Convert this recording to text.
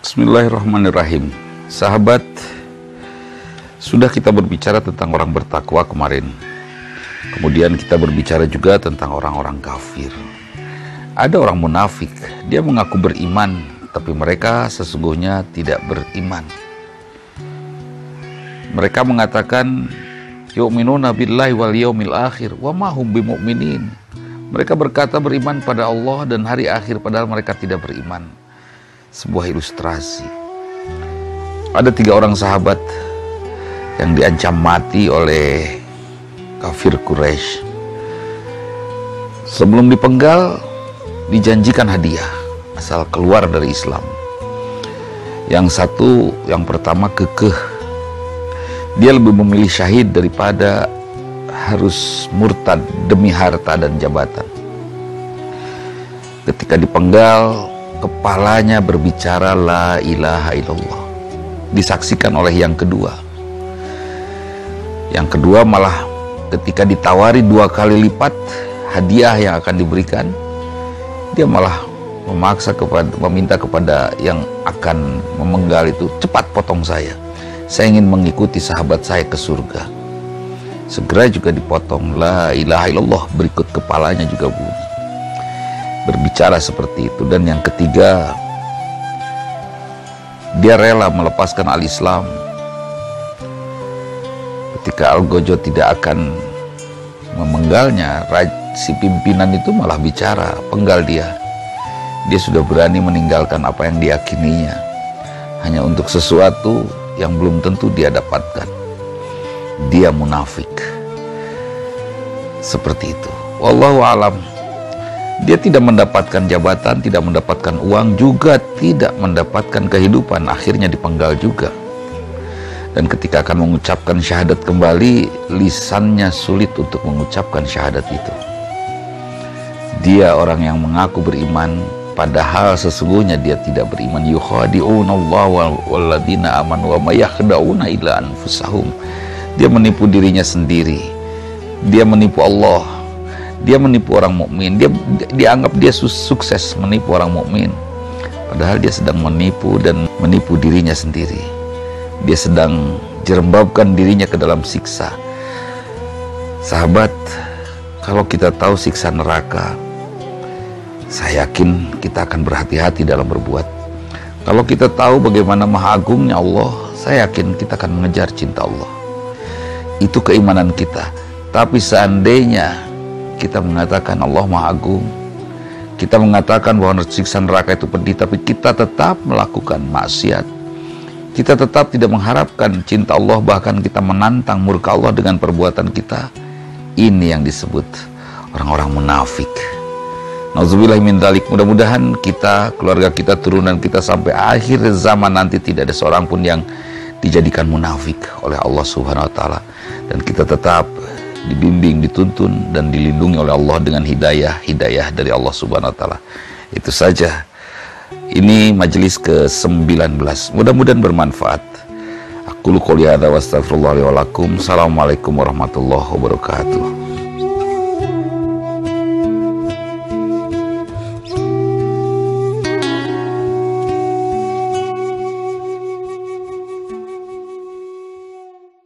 Bismillahirrahmanirrahim. Sahabat, sudah kita berbicara tentang orang bertakwa kemarin. Kemudian kita berbicara juga tentang orang-orang kafir. Ada orang munafik, dia mengaku beriman, tapi mereka sesungguhnya tidak beriman. Mereka mengatakan, yu'minuna billahi wal yaumil akhir, wa ma hum bimu'minin. Mereka berkata beriman pada Allah dan hari akhir, padahal mereka tidak beriman. Sebuah ilustrasi. Ada 3 orang sahabat yang diancam mati oleh kafir Quraisy. Sebelum dipenggal, dijanjikan hadiah asal keluar dari Islam. Yang pertama kekeh. Dia lebih memilih syahid daripada harus murtad demi harta dan jabatan. Ketika dipenggal, kepalanya berbicara la ilaha illallah. Disaksikan oleh yang kedua. Yang kedua malah ketika ditawari 2 kali lipat hadiah yang akan diberikan, dia malah meminta kepada yang akan memenggal itu, cepat potong saya ingin mengikuti sahabat saya ke surga. Segera juga dipotong, la ilaha illallah, berikut kepalanya juga bunyi. Berbicara seperti itu. Dan yang ketiga, dia rela melepaskan al-Islam ketika Al-Gojo tidak akan memenggalnya. Si pimpinan itu malah bicara, penggal dia. Dia sudah berani meninggalkan apa yang diyakininya hanya untuk sesuatu yang belum tentu dia dapatkan. Dia munafik. Seperti itu. Wallahu alam. Dia tidak mendapatkan jabatan, tidak mendapatkan uang, juga tidak mendapatkan kehidupan. Akhirnya dipenggal juga. Dan ketika akan mengucapkan syahadat kembali, lisannya sulit untuk mengucapkan syahadat itu. Dia orang yang mengaku beriman, padahal sesungguhnya dia tidak beriman. Yukhadi'unallaha walladzina amanu wa may yakhda'una illa anfusahum. Dia menipu dirinya sendiri. Dia menipu Allah. Dia menipu orang mukmin. Dia dianggap dia sukses menipu orang mukmin. Padahal dia sedang menipu dan menipu dirinya sendiri. Dia sedang jerembabkan dirinya ke dalam siksa. Sahabat, kalau kita tahu siksa neraka, saya yakin kita akan berhati-hati dalam berbuat. Kalau kita tahu bagaimana maha agungnya Allah, saya yakin kita akan mengejar cinta Allah. Itu keimanan kita. Tapi seandainya kita mengatakan Allah maha agung, kita mengatakan bahwa siksa neraka itu pedih, tapi kita tetap melakukan maksiat, kita tetap tidak mengharapkan cinta Allah, bahkan kita menantang murka Allah dengan perbuatan kita, ini yang disebut orang-orang munafik. Nauzubillah min dzalik. Mudah-mudahan kita, keluarga kita, turunan kita sampai akhir zaman nanti tidak ada seorang pun yang dijadikan munafik oleh Allah Subhanahu wa taala, dan kita tetap dibimbing, dituntun dan dilindungi oleh Allah dengan hidayah dari Allah Subhanahu wa taala. Itu saja. Ini majelis ke-19. Mudah-mudahan bermanfaat. Aqulu qouli hadza wa astaghfirullah li wa lakum. Assalamualaikum warahmatullahi wabarakatuh.